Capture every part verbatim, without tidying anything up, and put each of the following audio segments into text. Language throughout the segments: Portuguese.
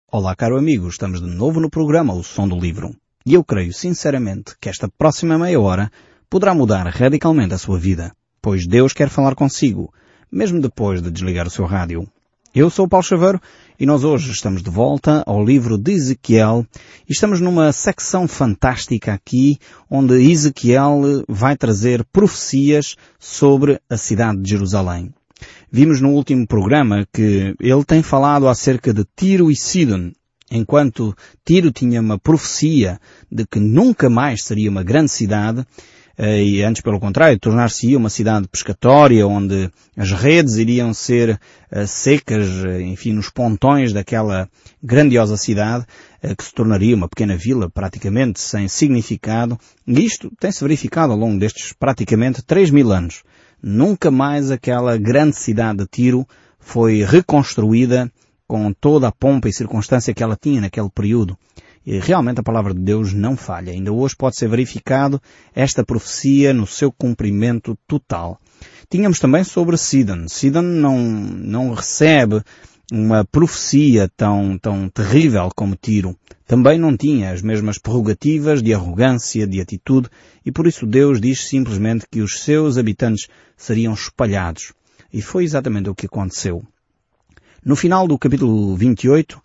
Olá, caro amigo, estamos de novo no programa O Som do Livro. E eu creio sinceramente que esta próxima meia hora poderá mudar radicalmente a sua vida, pois Deus quer falar consigo, mesmo depois de desligar o seu rádio. Eu sou o Paulo Chaveiro e nós hoje estamos de volta ao livro de Ezequiel e estamos numa secção fantástica aqui onde Ezequiel vai trazer profecias sobre a cidade de Jerusalém. Vimos no último programa que ele tem falado acerca de Tiro e Sidon, enquanto Tiro tinha uma profecia de que nunca mais seria uma grande cidade, e antes pelo contrário, tornar-se-ia uma cidade pescatória, onde as redes iriam ser uh, secas, enfim, nos pontões daquela grandiosa cidade, uh, que se tornaria uma pequena vila praticamente sem significado. E isto tem-se verificado ao longo destes praticamente três mil anos. Nunca mais aquela grande cidade de Tiro foi reconstruída com toda a pompa e circunstância que ela tinha naquele período. E realmente a palavra de Deus não falha. Ainda hoje pode ser verificado esta profecia no seu cumprimento total. Tínhamos também sobre Sidon. Sidon não, não recebe uma profecia tão, tão terrível como Tiro. Também não tinha as mesmas prerrogativas de arrogância, de atitude, e por isso Deus diz simplesmente que os seus habitantes seriam espalhados. E foi exatamente o que aconteceu. No final do capítulo vinte e oito,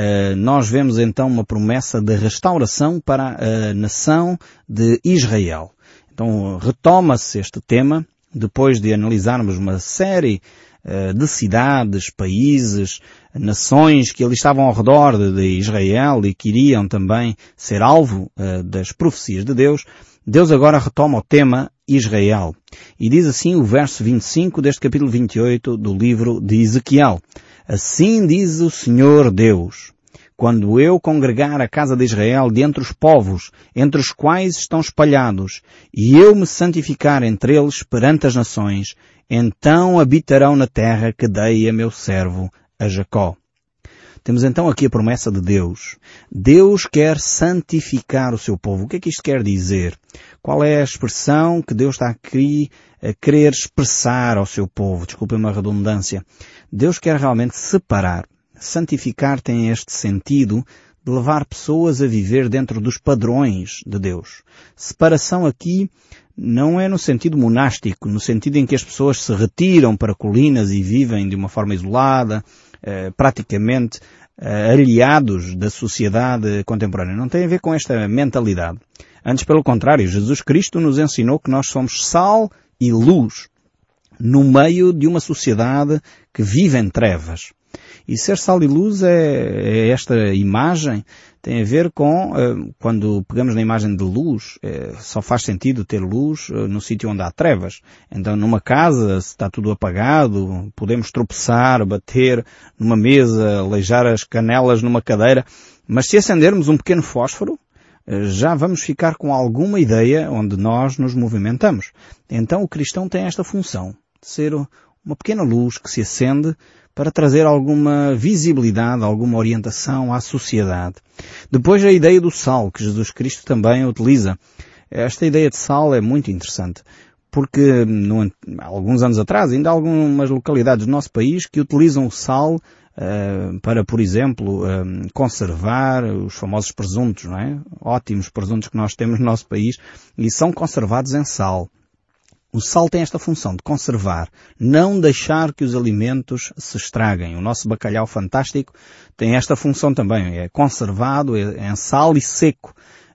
nós vemos então uma promessa de restauração para a nação de Israel. Então retoma-se este tema, depois de analisarmos uma série de cidades, países, nações que ali estavam ao redor de Israel e que iriam também ser alvo das profecias de Deus. Deus agora retoma o tema Israel. E diz assim o verso vinte e cinco deste capítulo vinte e oito do livro de Ezequiel. Assim diz o Senhor Deus, quando eu congregar a casa de Israel de entre os povos, entre os quais estão espalhados, e eu me santificar entre eles perante as nações, então habitarão na terra que dei a meu servo, a Jacó. Temos então aqui a promessa de Deus. Deus quer santificar o seu povo. O que é que isto quer dizer? Qual é a expressão que Deus está aqui a querer expressar ao seu povo? Desculpem-me a redundância. Deus quer realmente separar. Santificar tem este sentido de levar pessoas a viver dentro dos padrões de Deus. Separação aqui não é no sentido monástico, no sentido em que as pessoas se retiram para colinas e vivem de uma forma isolada, eh, praticamente eh, aliados da sociedade contemporânea. Não tem a ver com esta mentalidade. Antes, pelo contrário, Jesus Cristo nos ensinou que nós somos sal e luz no meio de uma sociedade que vive em trevas. E ser sal e luz é, é esta imagem, tem a ver com, uh, quando pegamos na imagem de luz, uh, só faz sentido ter luz uh, no sítio onde há trevas. Então numa casa, se está tudo apagado, podemos tropeçar, bater numa mesa, aleijar as canelas numa cadeira, mas se acendermos um pequeno fósforo, uh, já vamos ficar com alguma ideia onde nós nos movimentamos. Então o cristão tem esta função, de ser uma pequena luz que se acende para trazer alguma visibilidade, alguma orientação à sociedade. Depois a ideia do sal, que Jesus Cristo também utiliza. Esta ideia de sal é muito interessante, porque no, alguns anos atrás ainda há algumas localidades do nosso país que utilizam o sal uh, para, por exemplo, uh, conservar os famosos presuntos, não é? Ótimos presuntos que nós temos no nosso país e são conservados em sal. O sal tem esta função de conservar, não deixar que os alimentos se estraguem. O nosso bacalhau fantástico tem esta função também, é conservado em sal e seco,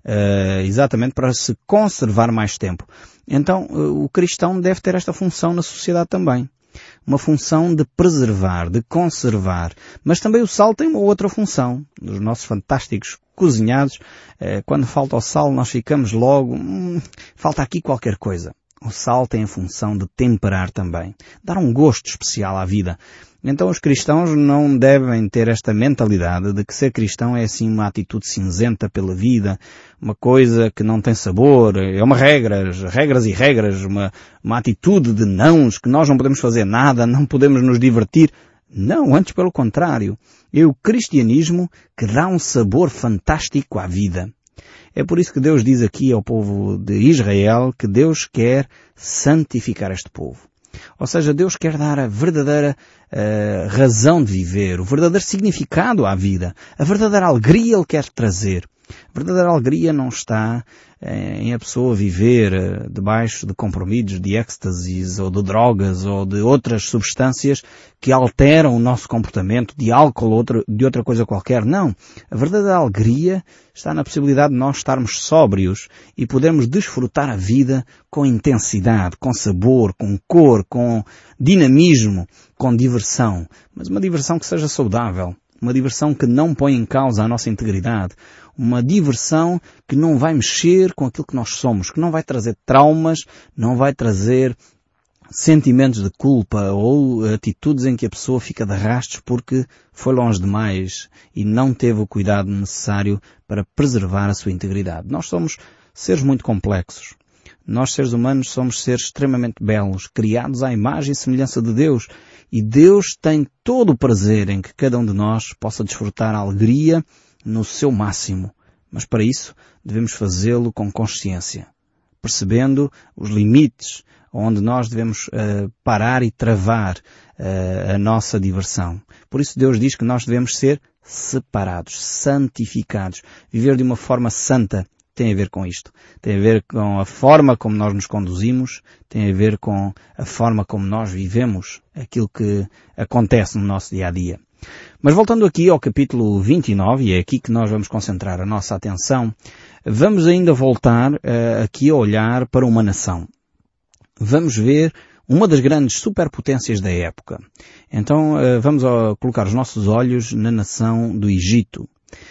uh, exatamente para se conservar mais tempo. Então, uh, o cristão deve ter esta função na sociedade também. Uma função de preservar, de conservar. Mas também o sal tem uma outra função. Nos nossos fantásticos cozinhados, uh, quando falta o sal, nós ficamos logo, hum, falta aqui qualquer coisa. O sal tem a função de temperar também, dar um gosto especial à vida. Então os cristãos não devem ter esta mentalidade de que ser cristão é assim uma atitude cinzenta pela vida, uma coisa que não tem sabor, é uma regra, regras e regras, uma, uma atitude de nãos, que nós não podemos fazer nada, não podemos nos divertir. Não, antes pelo contrário. É o cristianismo que dá um sabor fantástico à vida. É por isso que Deus diz aqui ao povo de Israel que Deus quer santificar este povo. Ou seja, Deus quer dar a verdadeira uh, razão de viver, o verdadeiro significado à vida, a verdadeira alegria Ele quer trazer. A verdadeira alegria não está em a pessoa viver debaixo de comprimidos, de êxtases ou de drogas ou de outras substâncias que alteram o nosso comportamento, de álcool ou outra, de outra coisa qualquer. Não. A verdadeira alegria está na possibilidade de nós estarmos sóbrios e podermos desfrutar a vida com intensidade, com sabor, com cor, com dinamismo, com diversão. Mas uma diversão que seja saudável. Uma diversão que não põe em causa a nossa integridade. Uma diversão que não vai mexer com aquilo que nós somos, que não vai trazer traumas, não vai trazer sentimentos de culpa ou atitudes em que a pessoa fica de rastros porque foi longe demais e não teve o cuidado necessário para preservar a sua integridade. Nós somos seres muito complexos. Nós, seres humanos, somos seres extremamente belos, criados à imagem e semelhança de Deus. E Deus tem todo o prazer em que cada um de nós possa desfrutar a alegria no seu máximo. Mas para isso devemos fazê-lo com consciência, percebendo os limites onde nós devemos uh, parar e travar uh, a nossa diversão. Por isso Deus diz que nós devemos ser separados, santificados, viver de uma forma santa. Tem a ver com isto. Tem a ver com a forma como nós nos conduzimos, tem a ver com a forma como nós vivemos aquilo que acontece no nosso dia a dia. Mas voltando aqui ao capítulo vinte e nove, e é aqui que nós vamos concentrar a nossa atenção, vamos ainda voltar uh, aqui a olhar para uma nação. Vamos ver uma das grandes superpotências da época. Então uh, vamos uh, colocar os nossos olhos na nação do Egito.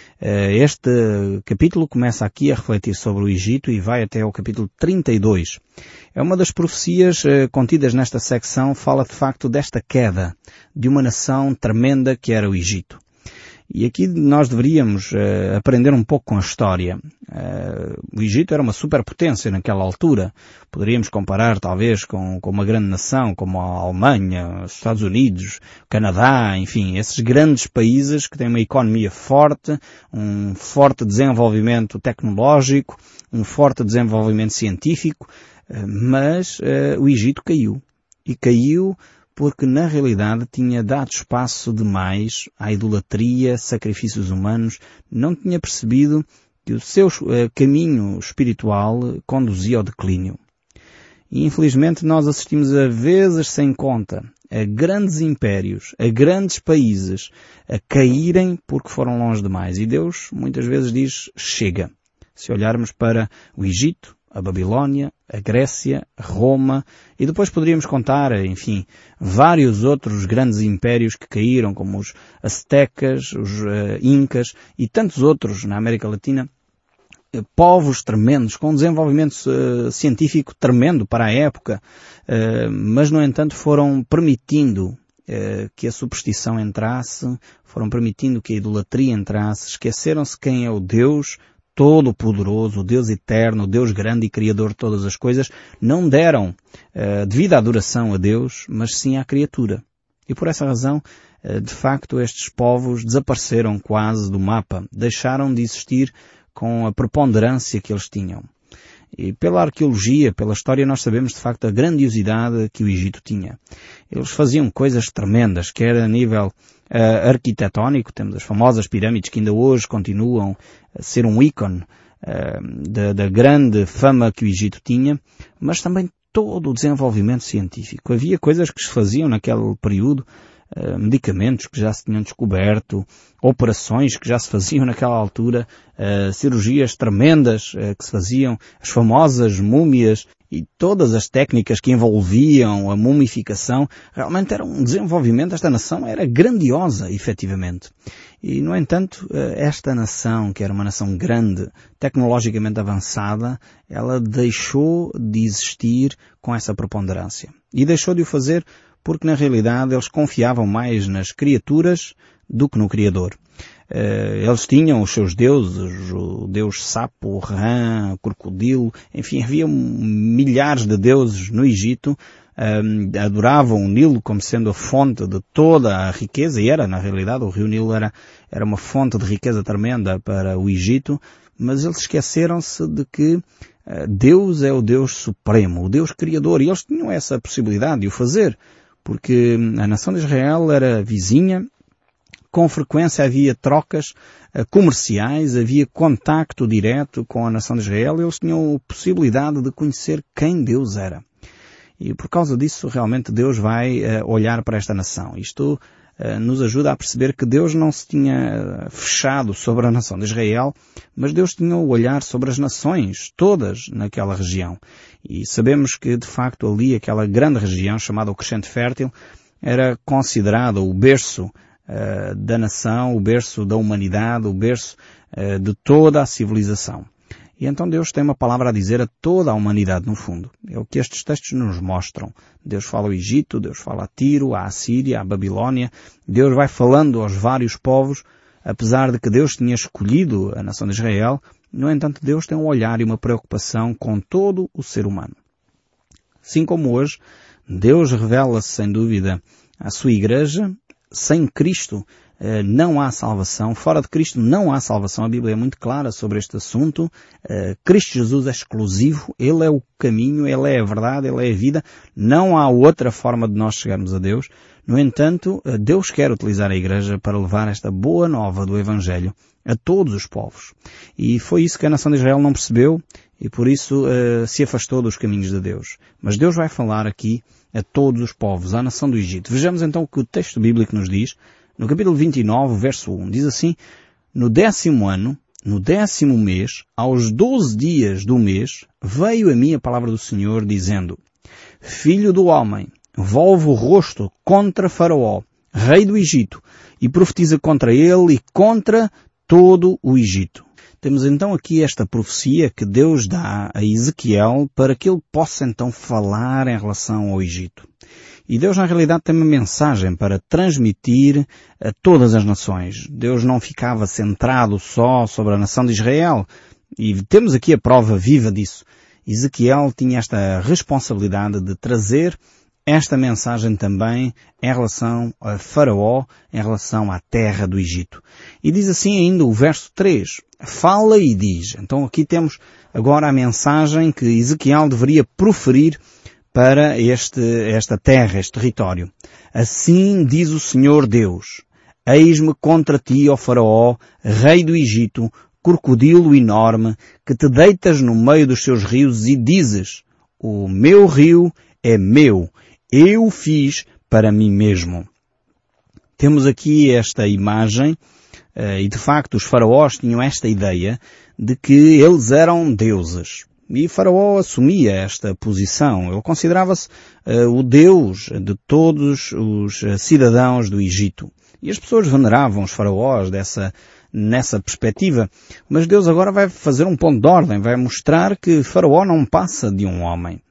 Este capítulo começa aqui a refletir sobre o Egito e vai até ao capítulo trinta e dois. É uma das profecias contidas nesta secção, fala de facto desta queda de uma nação tremenda que era o Egito. E aqui nós deveríamos uh, aprender um pouco com a história. Uh, o Egito era uma superpotência naquela altura. Poderíamos comparar talvez com, com uma grande nação como a Alemanha, os Estados Unidos, o Canadá, enfim, esses grandes países que têm uma economia forte, um forte desenvolvimento tecnológico, um forte desenvolvimento científico, uh, mas uh, o Egito caiu. E caiu porque na realidade tinha dado espaço demais à idolatria, sacrifícios humanos, não tinha percebido que o seu uh, caminho espiritual conduzia ao declínio. E infelizmente nós assistimos a vezes sem conta a grandes impérios, a grandes países a caírem porque foram longe demais. E Deus muitas vezes diz, chega. Se olharmos para o Egito, a Babilónia, a Grécia, Roma, e depois poderíamos contar, enfim, vários outros grandes impérios que caíram, como os aztecas, os uh, incas e tantos outros na América Latina, uh, povos tremendos, com um desenvolvimento uh, científico tremendo para a época, uh, mas no entanto foram permitindo uh, que a superstição entrasse, foram permitindo que a idolatria entrasse, esqueceram-se quem é o Deus Todo-Poderoso, o Deus Eterno, o Deus Grande e Criador de todas as coisas, não deram uh, devida adoração a Deus, mas sim à criatura. E por essa razão, uh, de facto, estes povos desapareceram quase do mapa, deixaram de existir com a preponderância que eles tinham. E pela arqueologia, pela história, nós sabemos de facto a grandiosidade que o Egito tinha. Eles faziam coisas tremendas, quer a nível Uh, arquitetónico, temos as famosas pirâmides que ainda hoje continuam a ser um ícone uh, da, da grande fama que o Egito tinha, mas também todo o desenvolvimento científico. Havia coisas que se faziam naquele período, uh, medicamentos que já se tinham descoberto, operações que já se faziam naquela altura, uh, cirurgias tremendas uh, que se faziam, as famosas múmias, e todas as técnicas que envolviam a mumificação, realmente era um desenvolvimento, esta nação era grandiosa, efetivamente. E, no entanto, esta nação, que era uma nação grande, tecnologicamente avançada, ela deixou de existir com essa preponderância. E deixou de o fazer porque, na realidade, eles confiavam mais nas criaturas do que no Criador. Eles tinham os seus deuses, o deus sapo, o rã, o crocodilo, enfim, havia milhares de deuses no Egito, adoravam o Nilo como sendo a fonte de toda a riqueza, e era, na realidade, o rio Nilo era, era uma fonte de riqueza tremenda para o Egito, mas eles esqueceram-se de que Deus é o Deus Supremo, o Deus Criador, e eles tinham essa possibilidade de o fazer, porque a nação de Israel era vizinha, com frequência havia trocas comerciais, havia contacto direto com a nação de Israel, e eles tinham a possibilidade de conhecer quem Deus era. E por causa disso, realmente, Deus vai olhar para esta nação. Isto nos ajuda a perceber que Deus não se tinha fechado sobre a nação de Israel, mas Deus tinha o olhar sobre as nações, todas naquela região. E sabemos que, de facto, ali, aquela grande região, chamada o Crescente Fértil, era considerada o berço uh, da nação, o berço da humanidade, o berço uh, de toda a civilização. E então Deus tem uma palavra a dizer a toda a humanidade, no fundo. É o que estes textos nos mostram. Deus fala ao Egito, Deus fala a Tiro, à Assíria, à Babilónia. Deus vai falando aos vários povos, apesar de que Deus tinha escolhido a nação de Israel. No entanto, Deus tem um olhar e uma preocupação com todo o ser humano. Assim como hoje, Deus revela-se, sem dúvida, à sua igreja. Sem Cristo não há salvação. Fora de Cristo não há salvação. A Bíblia é muito clara sobre este assunto. Cristo Jesus é exclusivo. Ele é o caminho, Ele é a verdade, Ele é a vida. Não há outra forma de nós chegarmos a Deus. No entanto, Deus quer utilizar a Igreja para levar esta boa nova do Evangelho a todos os povos. E foi isso que a nação de Israel não percebeu e por isso uh, se afastou dos caminhos de Deus. Mas Deus vai falar aqui a todos os povos, à nação do Egito. Vejamos então o que o texto bíblico nos diz. No capítulo vinte e nove, verso um, diz assim: No décimo ano, no décimo mês, aos doze dias do mês, veio a mim a palavra do Senhor, dizendo: Filho do homem, volve o rosto contra Faraó, rei do Egito, e profetiza contra ele e contra todo o Egito. Temos então aqui esta profecia que Deus dá a Ezequiel para que ele possa então falar em relação ao Egito. E Deus, na realidade, tem uma mensagem para transmitir a todas as nações. Deus não ficava centrado só sobre a nação de Israel. E temos aqui a prova viva disso. Ezequiel tinha esta responsabilidade de trazer esta mensagem também em relação a Faraó, em relação à terra do Egito. E diz assim ainda o verso três. Fala e diz. Então aqui temos agora a mensagem que Ezequiel deveria proferir para este, esta terra, este território. Assim diz o Senhor Deus: Eis-me contra ti, ó Faraó, rei do Egito, crocodilo enorme, que te deitas no meio dos seus rios e dizes: O meu rio é meu, eu o fiz para mim mesmo. Temos aqui esta imagem, e de facto os faraós tinham esta ideia de que eles eram deuses. E Faraó assumia esta posição. Ele considerava-se uh, o Deus de todos os uh, cidadãos do Egito. E as pessoas veneravam os faraós dessa, nessa perspectiva. Mas Deus agora vai fazer um ponto de ordem, vai mostrar que Faraó não passa de um homem.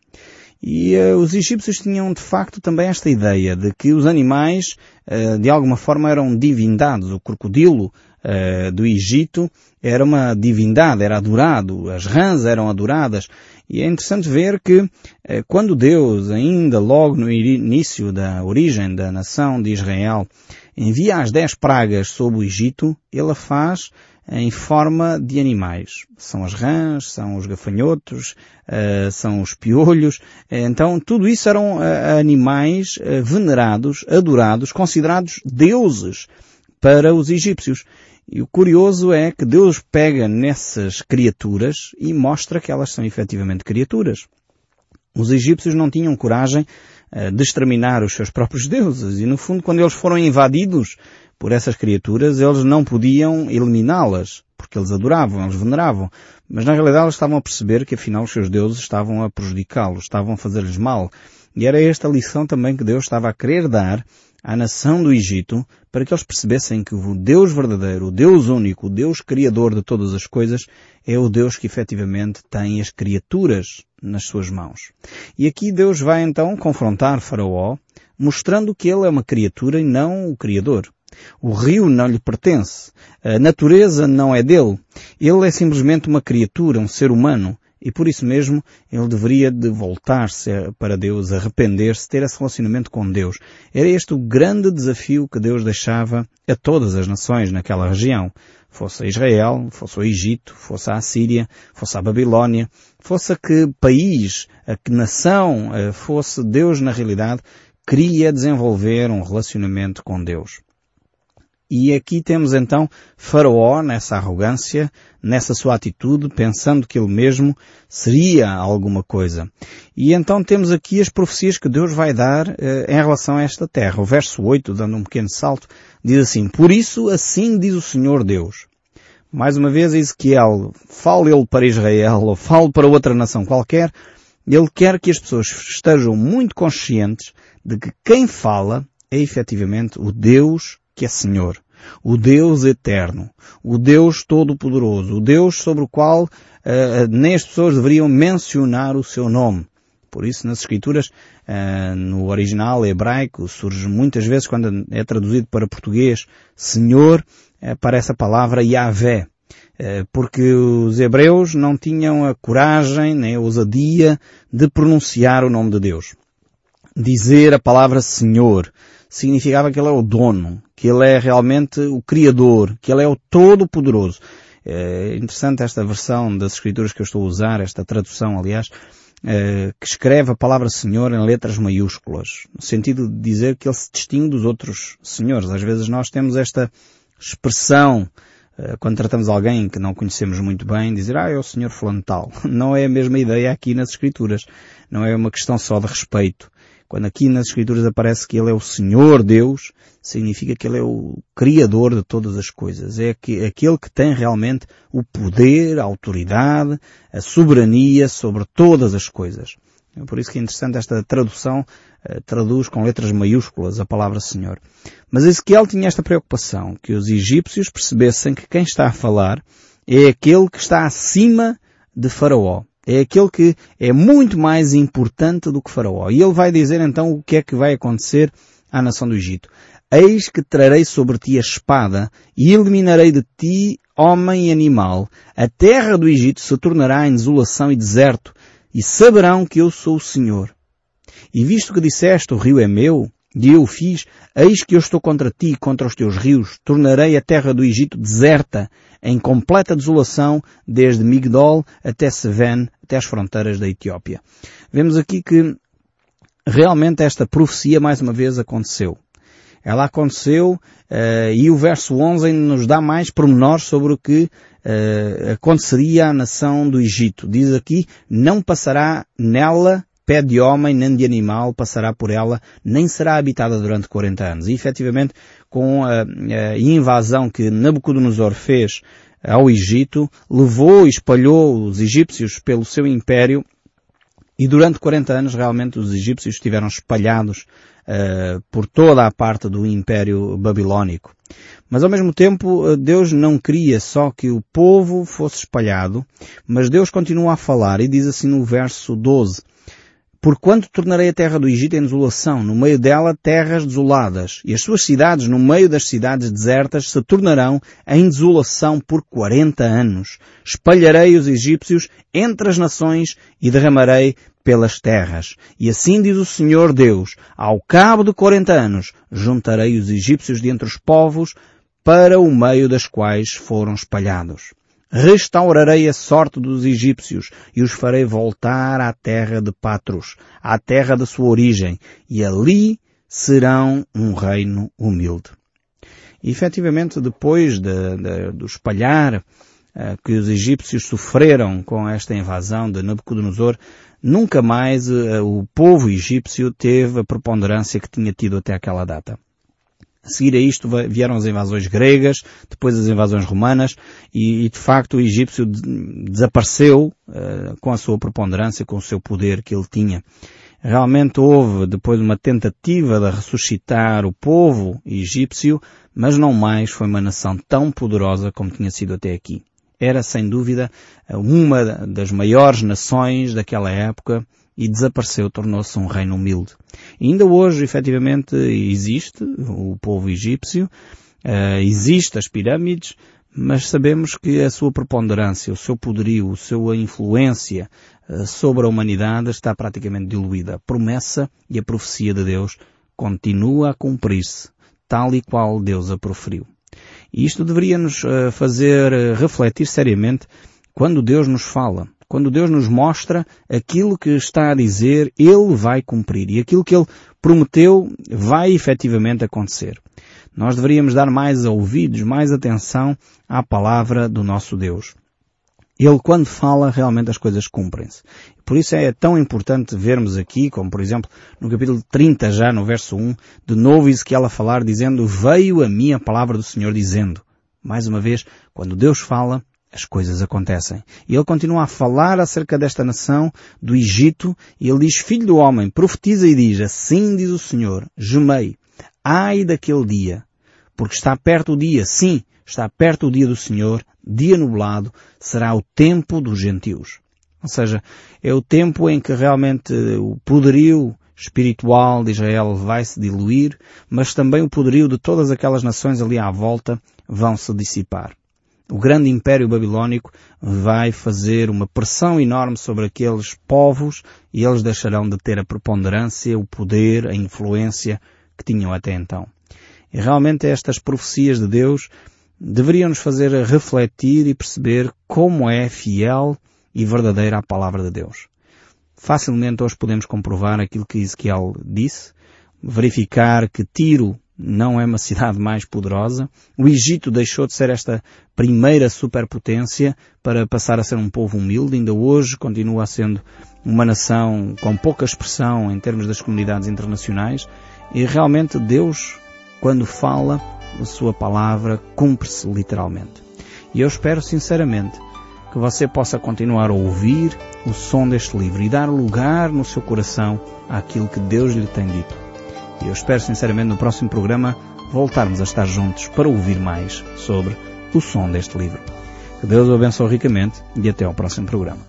E uh, os egípcios tinham de facto também esta ideia de que os animais uh, de alguma forma eram divindades. O crocodilo Uh, do Egito era uma divindade, era adorado, as rãs eram adoradas, e é interessante ver que uh, quando Deus, ainda logo no início da origem da nação de Israel, envia as dez pragas sobre o Egito, ele a faz em forma de animais. São as rãs, são os gafanhotos, uh, são os piolhos. Então tudo isso eram uh, animais uh, venerados, adorados, considerados deuses para os egípcios. E o curioso é que Deus pega nessas criaturas e mostra que elas são efetivamente criaturas. Os egípcios não tinham coragem uh, de exterminar os seus próprios deuses. E no fundo, quando eles foram invadidos por essas criaturas, eles não podiam eliminá-las, porque eles adoravam, eles veneravam. Mas na realidade eles estavam a perceber que afinal os seus deuses estavam a prejudicá-los, estavam a fazer-lhes mal. E era esta lição também que Deus estava a querer dar à nação do Egito, para que eles percebessem que o Deus verdadeiro, o Deus único, o Deus criador de todas as coisas, é o Deus que efetivamente tem as criaturas nas suas mãos. E aqui Deus vai então confrontar Faraó, mostrando que ele é uma criatura e não o Criador. O rio não lhe pertence, a natureza não é dele, ele é simplesmente uma criatura, um ser humano. E por isso mesmo ele deveria de voltar-se para Deus, arrepender-se, ter esse relacionamento com Deus. Era este o grande desafio que Deus deixava a todas as nações naquela região. Fosse a Israel, fosse o Egito, fosse a Assíria, fosse a Babilónia, fosse a que país, a que nação fosse, Deus na realidade queria desenvolver um relacionamento com Deus. E aqui temos então Faraó nessa arrogância, nessa sua atitude, pensando que ele mesmo seria alguma coisa. E então temos aqui as profecias que Deus vai dar eh, em relação a esta terra. O verso oito, dando um pequeno salto, diz assim: Por isso assim diz o Senhor Deus. Mais uma vez Ezequiel, fale ele para Israel ou fale para outra nação qualquer, ele quer que as pessoas estejam muito conscientes de que quem fala é efetivamente o Deus que é Senhor, o Deus eterno, o Deus todo-poderoso, o Deus sobre o qual uh, nem as pessoas deveriam mencionar o seu nome. Por isso, nas Escrituras, uh, no original hebraico, surge muitas vezes, quando é traduzido para português, Senhor, aparece a palavra Yahvé, uh, porque os hebreus não tinham a coragem nem a ousadia de pronunciar o nome de Deus. Dizer a palavra Senhor significava que Ele é o dono, que Ele é realmente o Criador, que Ele é o Todo-Poderoso. É interessante esta versão das Escrituras que eu estou a usar, esta tradução, aliás, é, que escreve a palavra Senhor em letras maiúsculas, no sentido de dizer que Ele se distingue dos outros senhores. Às vezes nós temos esta expressão, é, quando tratamos alguém que não conhecemos muito bem, dizer, ah, é o Senhor fulano tal. Não é a mesma ideia aqui nas Escrituras. Não é uma questão só de respeito. Quando aqui nas Escrituras aparece que Ele é o Senhor Deus, significa que Ele é o Criador de todas as coisas. É aquele que tem realmente o poder, a autoridade, a soberania sobre todas as coisas. É por isso que é interessante esta tradução, traduz com letras maiúsculas a palavra Senhor. Mas Ezequiel tinha esta preocupação, que os egípcios percebessem que quem está a falar é aquele que está acima de Faraó. É aquele que é muito mais importante do que Faraó. E ele vai dizer então o que é que vai acontecer à nação do Egito. Eis que trarei sobre ti a espada e eliminarei de ti homem e animal. A terra do Egito se tornará em desolação e deserto e saberão que eu sou o Senhor. E visto que disseste, o rio é meu, e eu o fiz, eis que eu estou contra ti e contra os teus rios. Tornarei a terra do Egito deserta, em completa desolação, desde Migdol até Seven, até as fronteiras da Etiópia. Vemos aqui que realmente esta profecia mais uma vez aconteceu. Ela aconteceu uh, e o verso onze ainda nos dá mais pormenores sobre o que uh, aconteceria à nação do Egito. Diz aqui, não passará nela pé de homem nem de animal passará por ela, nem será habitada durante quarenta anos. E efetivamente, com a, a invasão que Nabucodonosor fez ao Egito, levou e espalhou os egípcios pelo seu império, e durante quarenta anos realmente os egípcios estiveram espalhados uh, por toda a parte do Império Babilónico. Mas ao mesmo tempo Deus não queria só que o povo fosse espalhado, mas Deus continua a falar e diz assim no verso doze, Porquanto tornarei a terra do Egito em desolação, no meio dela terras desoladas, e as suas cidades, no meio das cidades desertas, se tornarão em desolação por quarenta anos. Espalharei os egípcios entre as nações e derramarei pelas terras. E assim diz o Senhor Deus, ao cabo de quarenta anos, juntarei os egípcios de entre os povos para o meio das quais foram espalhados. Restaurarei a sorte dos egípcios e os farei voltar à terra de Patros, à terra da sua origem, e ali serão um reino humilde. E, efetivamente, depois de, de, de espalhar uh, que os egípcios sofreram com esta invasão de Nabucodonosor, nunca mais uh, o povo egípcio teve a preponderância que tinha tido até aquela data. A seguir a isto vieram as invasões gregas, depois as invasões romanas e, e de facto o egípcio desapareceu uh, com a sua preponderância, com o seu poder que ele tinha. Realmente houve depois uma tentativa de ressuscitar o povo egípcio, mas não mais foi uma nação tão poderosa como tinha sido até aqui. Era sem dúvida uma das maiores nações daquela época, e desapareceu, tornou-se um reino humilde. E ainda hoje, efetivamente, existe o povo egípcio, uh, existe as pirâmides, mas sabemos que a sua preponderância, o seu poderio, a sua influência sobre a humanidade está praticamente diluída. A promessa e a profecia de Deus continua a cumprir-se, tal e qual Deus a proferiu. E isto deveria nos fazer refletir seriamente quando Deus nos fala, quando Deus nos mostra aquilo que está a dizer, Ele vai cumprir. E aquilo que Ele prometeu vai efetivamente acontecer. Nós deveríamos dar mais ouvidos, mais atenção à palavra do nosso Deus. Ele, quando fala, realmente as coisas cumprem-se. Por isso é tão importante vermos aqui, como por exemplo, no capítulo trinta, já no verso um, de novo Ezequiel a falar, dizendo, veio a mim a palavra do Senhor, dizendo. Mais uma vez, quando Deus fala, as coisas acontecem. E ele continua a falar acerca desta nação, do Egito, e ele diz, filho do homem, profetiza e diz, assim diz o Senhor, gemei, ai daquele dia, porque está perto o dia, sim, está perto o dia do Senhor, dia nublado, será o tempo dos gentios. Ou seja, é o tempo em que realmente o poderio espiritual de Israel vai se diluir, mas também o poderio de todas aquelas nações ali à volta vão se dissipar. O grande império babilónico vai fazer uma pressão enorme sobre aqueles povos e eles deixarão de ter a preponderância, o poder, a influência que tinham até então. E realmente estas profecias de Deus deveriam nos fazer refletir e perceber como é fiel e verdadeira a palavra de Deus. Facilmente hoje podemos comprovar aquilo que Ezequiel disse, verificar que Tiro não é uma cidade mais poderosa. O Egito deixou de ser esta primeira superpotência para passar a ser um povo humilde. Ainda hoje continua sendo uma nação com pouca expressão em termos das comunidades internacionais. E realmente Deus, quando fala, a sua palavra cumpre-se literalmente. E eu espero sinceramente que você possa continuar a ouvir o som deste livro e dar lugar no seu coração àquilo que Deus lhe tem dito. E eu espero sinceramente no próximo programa voltarmos a estar juntos para ouvir mais sobre o som deste livro. Que Deus o abençoe ricamente e até ao próximo programa.